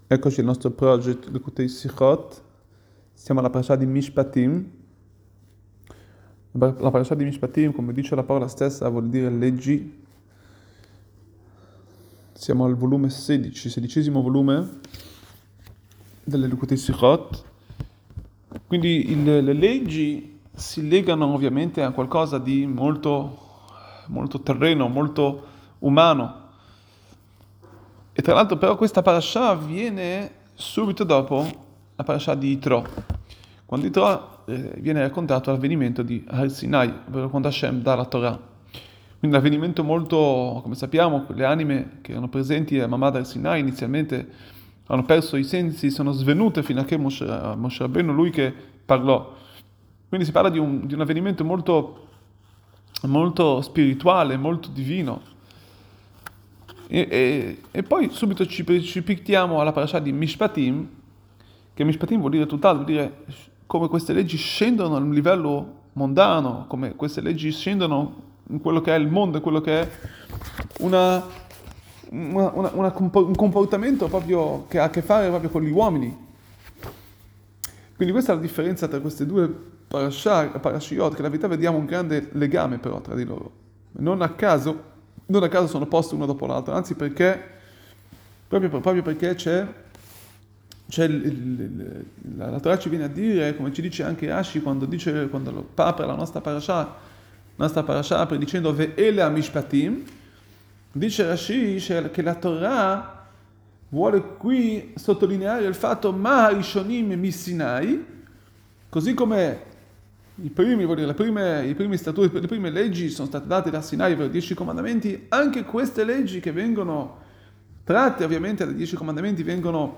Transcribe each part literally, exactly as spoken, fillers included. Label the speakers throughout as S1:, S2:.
S1: Eccoci il nostro project Likutei Sichot. Siamo alla parasha di Mishpatim. La parasha di Mishpatim, come dice la parola stessa, vuol dire leggi. Siamo al volume sedici, sedicesimo volume delle Likutei Sichot. Quindi il, le leggi si legano ovviamente a qualcosa di molto, molto terreno, molto umano. E tra l'altro però questa parasha avviene subito dopo la parasha di Yitro, quando Yitro eh, viene raccontato l'avvenimento di Har Sinai, ovvero quando Hashem dà la Torah. Quindi un avvenimento molto, come sappiamo, le anime che erano presenti a Mamad Har Sinai inizialmente hanno perso i sensi, sono svenute fino a che Moshe, Moshe Rabbeinu, lui che parlò. Quindi si parla di un, di un avvenimento molto, molto spirituale, molto divino. E, e, e poi subito ci precipitiamo alla parasha di Mishpatim, che Mishpatim vuol dire tutt'altro, vuol dire come queste leggi scendono a un livello mondano, come queste leggi scendono in quello che è il mondo, in quello che è una, una, una, una, un comportamento proprio che ha a che fare proprio con gli uomini. Quindi questa è la differenza tra queste due parasha, parashiot, che la verità vediamo un grande legame però tra di loro. Non a caso non a caso sono posti uno dopo l'altro, anzi perché, proprio, proprio perché c'è, c'è il, il, il, la, la Torah ci viene a dire, come ci dice anche Rashi quando dice, quando apre la nostra parasha, la nostra parasha apre dicendo Ve'ele ha-mishpatim, dice Rashi che la Torah vuole qui sottolineare il fatto Ma harishonim misinai, così come I primi, vuol dire, le prime, i primi statuti, le prime leggi sono state date da Sinai per i dieci comandamenti, anche queste leggi che vengono tratte ovviamente dai dieci comandamenti vengono,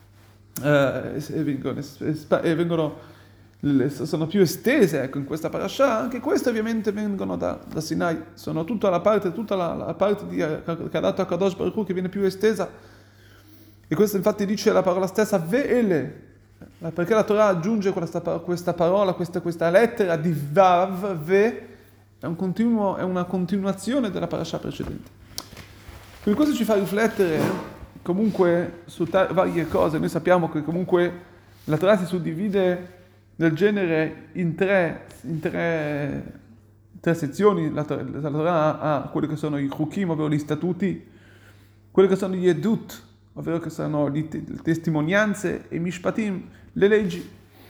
S1: eh, vengono, eh, vengono sono più estese ecco, in questa parasha, anche queste ovviamente vengono da, da Sinai, sono tutta la parte, tutta la, la parte di, che ha dato a Kadosh Baruch Hu che viene più estesa, e questo infatti dice la parola stessa Ve'ele, perché la Torah aggiunge questa, questa parola, questa, questa lettera di Vav, Ve, è, un continuo, è una continuazione della parasha precedente. Quindi questo ci fa riflettere comunque su ta- varie cose. Noi sappiamo che comunque la Torah si suddivide nel genere in tre, in tre, tre sezioni. La, la Torah ha quelli che sono i Chukim, ovvero gli statuti, quelli che sono gli Edut, ovvero che sono le testimonianze, e Mishpatim, le leggi.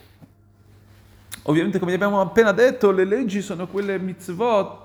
S1: Ovviamente, come abbiamo appena detto, le leggi sono quelle mitzvot,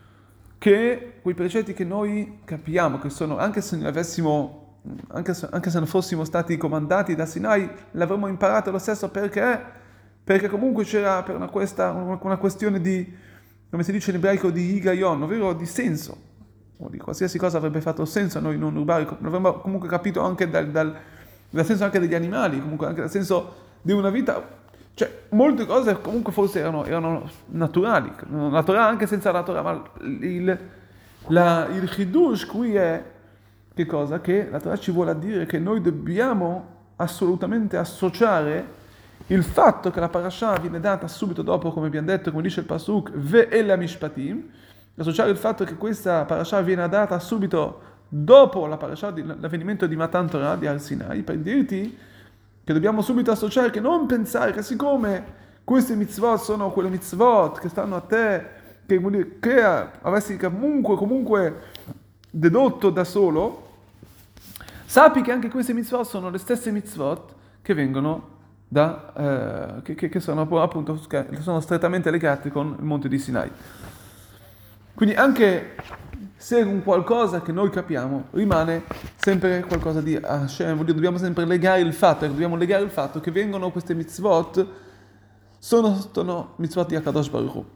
S1: che quei precetti che noi capiamo, che sono, anche se ne avessimo, anche se, anche se non fossimo stati comandati da Sinai, l'avremmo imparato lo stesso perché, perché comunque c'era per una, questa, una questione di, come si dice in ebraico, di higayon, ovvero di senso. Di qualsiasi cosa avrebbe fatto senso a noi non rubare, l'avremmo comunque capito anche dal, dal, dal senso anche degli animali, comunque anche dal senso di una vita, cioè molte cose comunque forse erano, erano naturali, la Torah anche senza la Torah, ma il, la, il chidush qui è che cosa? Che la Torah ci vuole dire che noi dobbiamo assolutamente associare il fatto che la parasha viene data subito dopo, come abbiamo detto, come dice il pasuk, Ve'ele ha-mishpatim, associare il fatto che questa parasha viene data subito dopo la parasha di, l'avvenimento di Matan Torah di Har Sinai, per dirti che dobbiamo subito associare, che non pensare che siccome queste mitzvot sono quelle mitzvot che stanno a te, che, che avessi comunque, comunque dedotto da solo, sappi che anche queste mitzvot sono le stesse mitzvot che vengono da, eh, che, che, che sono appunto, che sono strettamente legate con il monte di Sinai. Quindi anche se un qualcosa che noi capiamo rimane sempre qualcosa di Hashem, dobbiamo sempre legare il fatto, dobbiamo legare il fatto che vengono queste mitzvot, sono, sono mitzvot di HaKadosh Baruch Hu.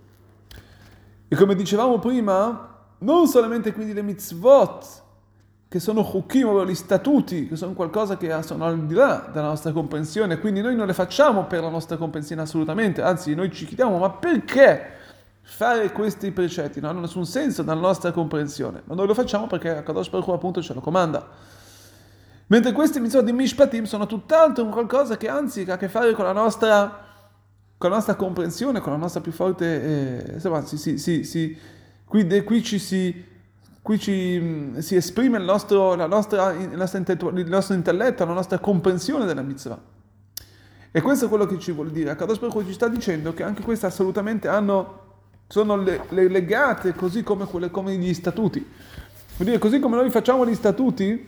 S1: E come dicevamo prima, non solamente quindi le mitzvot, che sono chukim, ovvero gli statuti, che sono qualcosa che sono al di là della nostra comprensione, quindi noi non le facciamo per la nostra comprensione assolutamente, anzi noi ci chiediamo ma perché fare questi precetti non hanno nessun senso nella nostra comprensione, ma noi lo facciamo perché Kadosh Baruch Hu appunto ce lo comanda. Mentre questi mitzvot di Mishpatim sono tutt'altro un qualcosa che anzi ha a che fare con la nostra, con la nostra comprensione, con la nostra più forte, eh, insomma, si, si, si, si, qui, de, qui ci si cui ci, si esprime il nostro, la nostra, il, nostro il nostro intelletto, la nostra comprensione della mitzvah. E questo è quello che ci vuol dire. Akadosh Baruch Hu ci sta dicendo che anche queste assolutamente hanno, sono le, le legate così come, quelle, come gli statuti. Vuol dire, così come noi facciamo gli statuti,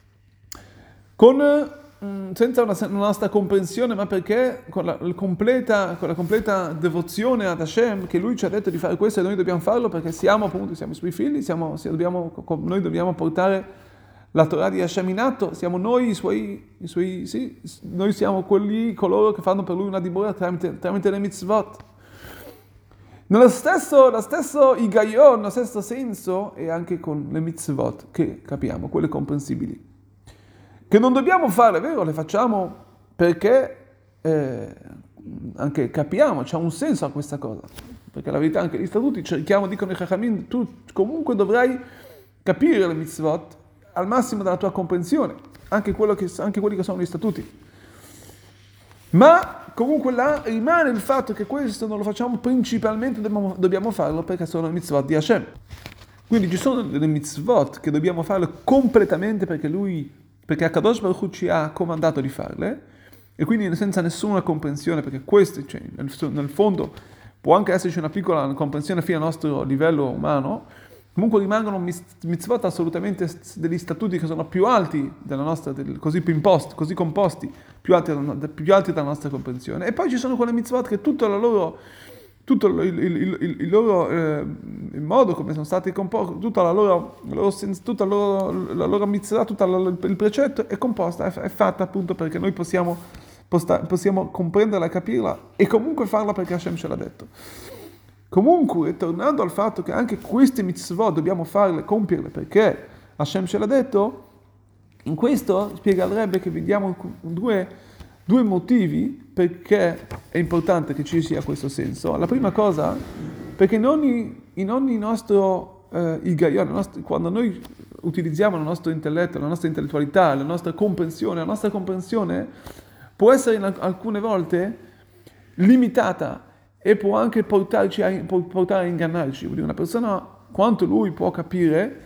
S1: con, senza una, una nostra comprensione, ma perché con la, la completa, con la completa devozione ad Hashem, che Lui ci ha detto di fare questo e noi dobbiamo farlo perché siamo appunto, siamo i Suoi figli, siamo, dobbiamo, noi dobbiamo portare la Torah di Hashem in atto, siamo noi i Suoi, i suoi sì, noi siamo quelli, coloro che fanno per Lui una dimora tramite, tramite le mitzvot. Nello stesso, lo stesso igayon, nello stesso senso, e anche con le mitzvot, che capiamo, quelle comprensibili. Che non dobbiamo fare, è vero, le facciamo perché eh, anche capiamo, c'è un senso a questa cosa. Perché la verità, anche gli statuti, cerchiamo, dicono i Chachamim, tu comunque dovrai capire le mitzvot al massimo della tua comprensione, anche, quello che, anche quelli che sono gli statuti. Ma comunque là rimane il fatto che questo non lo facciamo principalmente, dobbiamo, dobbiamo farlo perché sono le mitzvot di Hashem. Quindi ci sono delle mitzvot che dobbiamo farle completamente perché lui... perché Akadosh Baruch Hu ci ha comandato di farle, e quindi senza nessuna comprensione, perché questo, cioè, nel, nel fondo, può anche esserci una piccola comprensione fino al nostro livello umano, comunque rimangono mitzvot assolutamente degli statuti che sono più alti della nostra, del, così più imposti, così composti, più alti, più alti della nostra comprensione. E poi ci sono quelle mitzvot che tutto la loro... tutto il, il, il, il loro eh, il modo come sono stati composti, tutta la loro, la loro, tutta la loro, la loro mitzvah, tutto il precetto è composta, è, è fatta appunto perché noi possiamo, posta, possiamo comprenderla e capirla e comunque farla perché Hashem ce l'ha detto. Comunque, tornando al fatto che anche queste mitzvah dobbiamo farle, compierle perché Hashem ce l'ha detto, in questo spiega il Rebbe che vediamo due Due motivi perché è importante che ci sia questo senso. La prima cosa, perché in ogni, in ogni nostro eh, igayon, nostro, quando noi utilizziamo il nostro intelletto, la nostra intellettualità, la nostra comprensione, la nostra comprensione può essere in alcune volte limitata e può anche portarci a, può portare a ingannarci. Vuol dire, una persona, quanto lui può capire,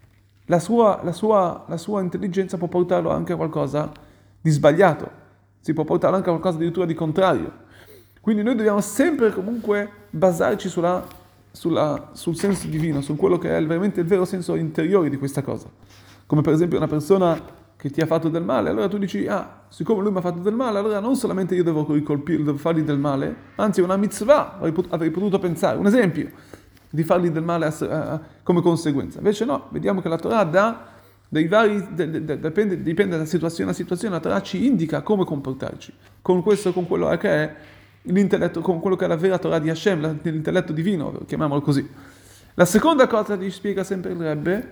S1: la sua, la sua, la sua intelligenza può portarlo anche a qualcosa di sbagliato. Si può portare anche a qualcosa addirittura di contrario. Quindi noi dobbiamo sempre comunque basarci sulla, sulla, sul senso divino, su quello che è veramente il vero senso interiore di questa cosa. Come per esempio una persona che ti ha fatto del male, allora tu dici, ah, siccome lui mi ha fatto del male, allora non solamente io devo ricolpirlo, devo fargli del male, anzi una mitzvah avrei potuto pensare, un esempio di fargli del male a, a, come conseguenza. Invece no, vediamo che la Torah dà dei vari, de, de, de, dipende, dipende da situazione a situazione, la Torah ci indica come comportarci, con questo, con quello che è l'intelletto, con quello che è la vera Torah di Hashem, l'intelletto divino, chiamiamolo così. La seconda cosa che ci spiega sempre il Rebbe,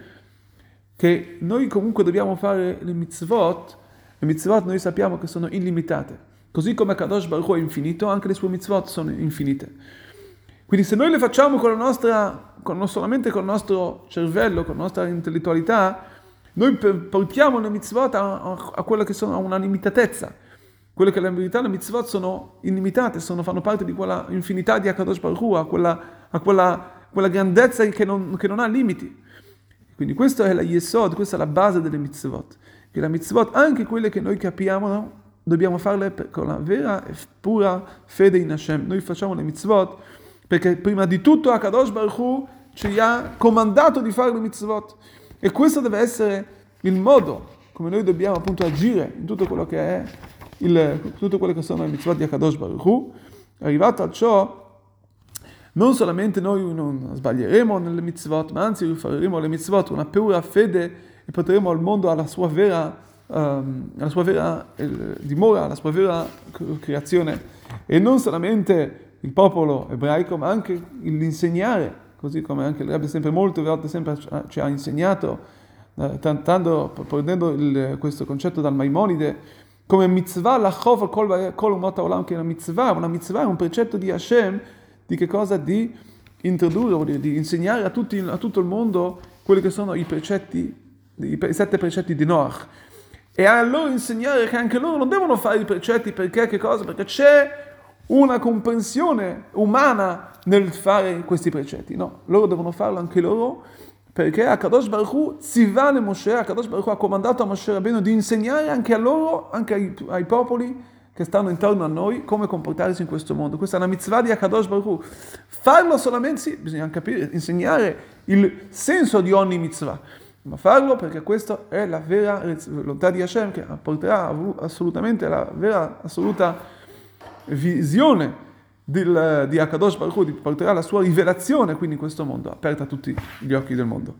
S1: che noi comunque dobbiamo fare le mitzvot, le mitzvot noi sappiamo che sono illimitate, così come Kadosh Baruch Hu è infinito, anche le sue mitzvot sono infinite. Quindi se noi le facciamo con la nostra, con, solamente con il nostro cervello, con la nostra intellettualità, noi portiamo le mitzvot a, a, a quella che sono a una limitatezza. Quelle che in verità le mitzvot sono illimitate, sono, fanno parte di quella infinità di Akadosh Baruch Hu, a quella, a quella, quella grandezza che non, che non ha limiti. Quindi questa è la yesod, questa è la base delle mitzvot. Che la mitzvot, anche quelle che noi capiamo, no? Dobbiamo farle per, con la vera e pura fede in Hashem. Noi facciamo le mitzvot perché prima di tutto Akadosh Baruch Hu ci ha comandato di fare le mitzvot. E questo deve essere il modo come noi dobbiamo appunto agire in tutto quello che è il, tutto quello che sono le mitzvot di Akadosh Baruch Hu. Arrivato a ciò, non solamente noi non sbaglieremo nelle mitzvot, ma anzi faremo le mitzvot con una pura fede e porteremo al mondo alla sua vera, um, alla sua vera eh, dimora, alla sua vera creazione. E non solamente il popolo ebraico, ma anche l'insegnare, così come anche il Rebbe sempre molte volte sempre ci ha insegnato, eh, tantando, prendendo il, questo concetto dal Maimonide, come mitzvah lachov kol umot haolam, che è una mitzvah, una mitzvah è un precetto di Hashem, di che cosa? Di introdurre, vuol dire, di insegnare a, tutti, a tutto il mondo quelli che sono i precetti, i, i sette precetti di Noach. E a loro insegnare che anche loro non devono fare i precetti perché che cosa? Perché c'è una comprensione umana nel fare questi precetti. No, loro devono farlo anche loro Perché Akadosh Baruch Hu Tzivane Moshe, Akadosh Baruch Hu ha comandato a Moshe Rabbeinu di insegnare anche a loro, anche ai, ai popoli che stanno intorno a noi, come comportarsi in questo mondo. Questa è una mitzvah di Akadosh Baruch Hu. Farlo solamente, sì, bisogna capire, insegnare il senso di ogni mitzvah, ma farlo perché questa è la vera volontà di Hashem, che porterà assolutamente la vera, assoluta visione del, di Akadosh Baruch Hu, porterà la sua rivelazione quindi in questo mondo, aperta a tutti gli occhi del mondo.